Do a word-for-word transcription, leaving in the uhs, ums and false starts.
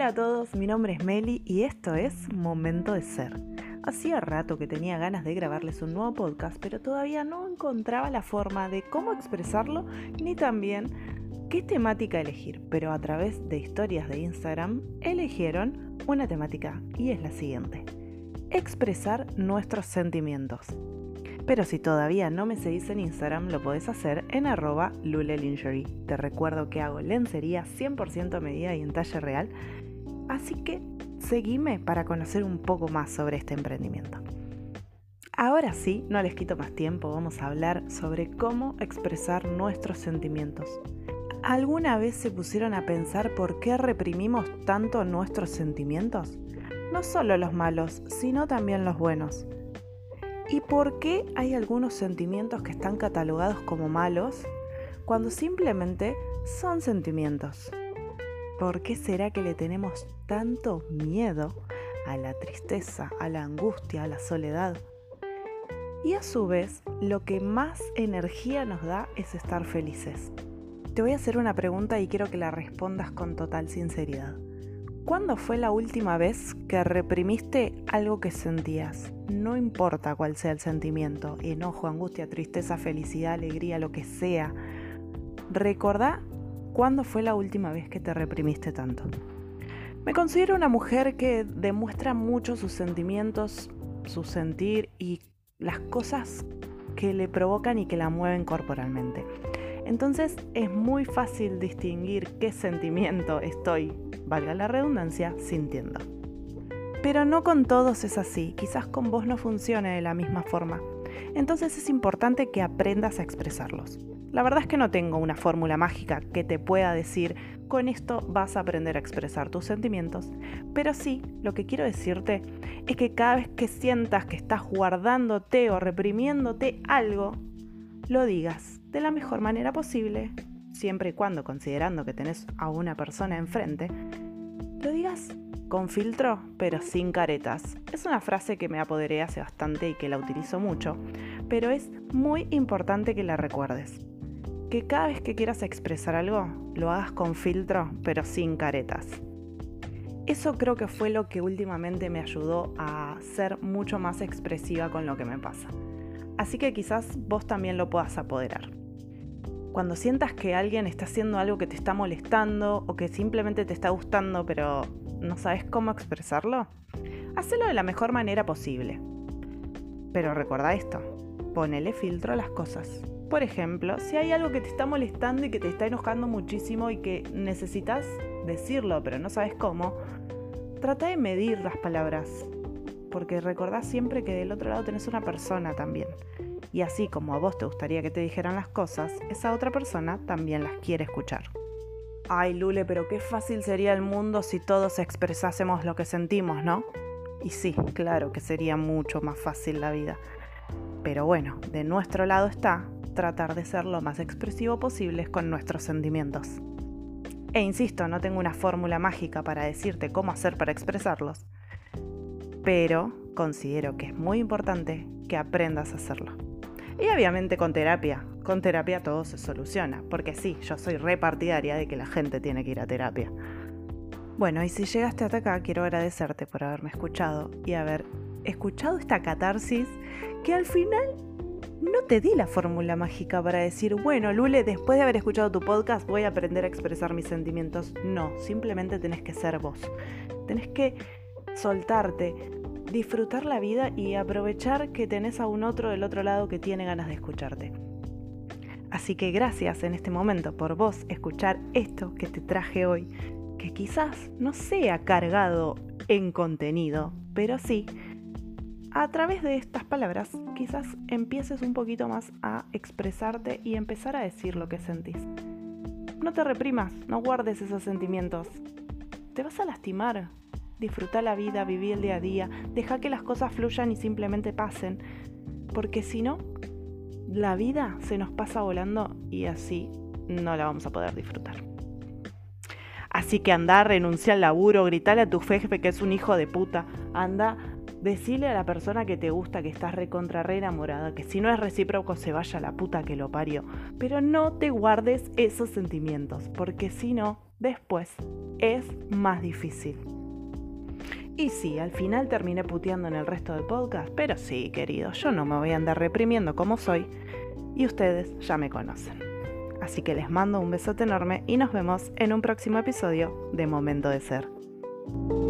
Hola a todos, mi nombre es Meli y esto es Momento de Ser. Hacía rato que tenía ganas de grabarles un nuevo podcast, pero todavía no encontraba la forma de cómo expresarlo ni también qué temática elegir. Pero a través de historias de Instagram eligieron una temática y es la siguiente: expresar nuestros sentimientos. Pero si todavía no me seguís en Instagram, lo podés hacer en arroba lulelingerie. Te recuerdo que hago lencería cien por ciento a medida y en talle real, así que seguime para conocer un poco más sobre este emprendimiento. Ahora sí, no les quito más tiempo, vamos a hablar sobre cómo expresar nuestros sentimientos. ¿Alguna vez se pusieron a pensar por qué reprimimos tanto nuestros sentimientos? No solo los malos, sino también los buenos. ¿Y por qué hay algunos sentimientos que están catalogados como malos cuando simplemente son sentimientos? ¿Por qué será que le tenemos tanto miedo a la tristeza, a la angustia, a la soledad? Y a su vez, lo que más energía nos da es estar felices. Te voy a hacer una pregunta y quiero que la respondas con total sinceridad. ¿Cuándo fue la última vez que reprimiste algo que sentías? No importa cuál sea el sentimiento, enojo, angustia, tristeza, felicidad, alegría, lo que sea. Recordá cuándo fue la última vez que te reprimiste tanto. Me considero una mujer que demuestra mucho sus sentimientos, su sentir y las cosas que le provocan y que la mueven corporalmente. Entonces es muy fácil distinguir qué sentimiento estoy, valga la redundancia, sintiendo. Pero no con todos es así, quizás con vos no funcione de la misma forma. Entonces es importante que aprendas a expresarlos. La verdad es que no tengo una fórmula mágica que te pueda decir, con esto vas a aprender a expresar tus sentimientos, pero sí, lo que quiero decirte es que cada vez que sientas que estás guardándote o reprimiéndote algo, lo digas de la mejor manera posible, siempre y cuando considerando que tenés a una persona enfrente, lo digas con filtro, pero sin caretas. Es una frase que me apoderé hace bastante y que la utilizo mucho, pero es muy importante que la recuerdes. Que cada vez que quieras expresar algo, lo hagas con filtro, pero sin caretas. Eso creo que fue lo que últimamente me ayudó a ser mucho más expresiva con lo que me pasa. Así que quizás vos también lo puedas apoderar. Cuando sientas que alguien está haciendo algo que te está molestando o que simplemente te está gustando pero no sabes cómo expresarlo, hacelo de la mejor manera posible. Pero recordá esto, ponele filtro a las cosas. Por ejemplo, si hay algo que te está molestando y que te está enojando muchísimo y que necesitas decirlo pero no sabes cómo, trata de medir las palabras. Porque recordá siempre que del otro lado tenés una persona también. Y así como a vos te gustaría que te dijeran las cosas, esa otra persona también las quiere escuchar. Ay, Lule, pero qué fácil sería el mundo si todos expresásemos lo que sentimos, ¿no? Y sí, claro que sería mucho más fácil la vida. Pero bueno, de nuestro lado está tratar de ser lo más expresivo posible con nuestros sentimientos. E insisto, no tengo una fórmula mágica para decirte cómo hacer para expresarlos, pero considero que es muy importante que aprendas a hacerlo. Y obviamente con terapia, con terapia todo se soluciona, porque sí, yo soy re partidaria de que la gente tiene que ir a terapia. Bueno, y si llegaste hasta acá, quiero agradecerte por haberme escuchado y haber escuchado esta catarsis que al final no te di la fórmula mágica para decir, bueno, Lule, después de haber escuchado tu podcast voy a aprender a expresar mis sentimientos. No, simplemente tenés que ser vos. Tenés que soltarte, disfrutar la vida y aprovechar que tenés a un otro del otro lado que tiene ganas de escucharte. Así que gracias en este momento por vos escuchar esto que te traje hoy, que quizás no sea cargado en contenido, pero sí, a través de estas palabras, quizás empieces un poquito más a expresarte y empezar a decir lo que sentís. No te reprimas, no guardes esos sentimientos. Te vas a lastimar. Disfruta la vida, viví el día a día, deja que las cosas fluyan y simplemente pasen, porque si no, la vida se nos pasa volando y así no la vamos a poder disfrutar. Así que anda, renuncia al laburo, gritale a tu jefe que es un hijo de puta, anda, decile a la persona que te gusta que estás recontra re enamorada, que si no es recíproco se vaya a la puta que lo parió, pero no te guardes esos sentimientos, porque si no, después es más difícil. Y sí, al final terminé puteando en el resto del podcast, pero sí, queridos, yo no me voy a andar reprimiendo como soy y ustedes ya me conocen. Así que les mando un besote enorme y nos vemos en un próximo episodio de Momento de Ser.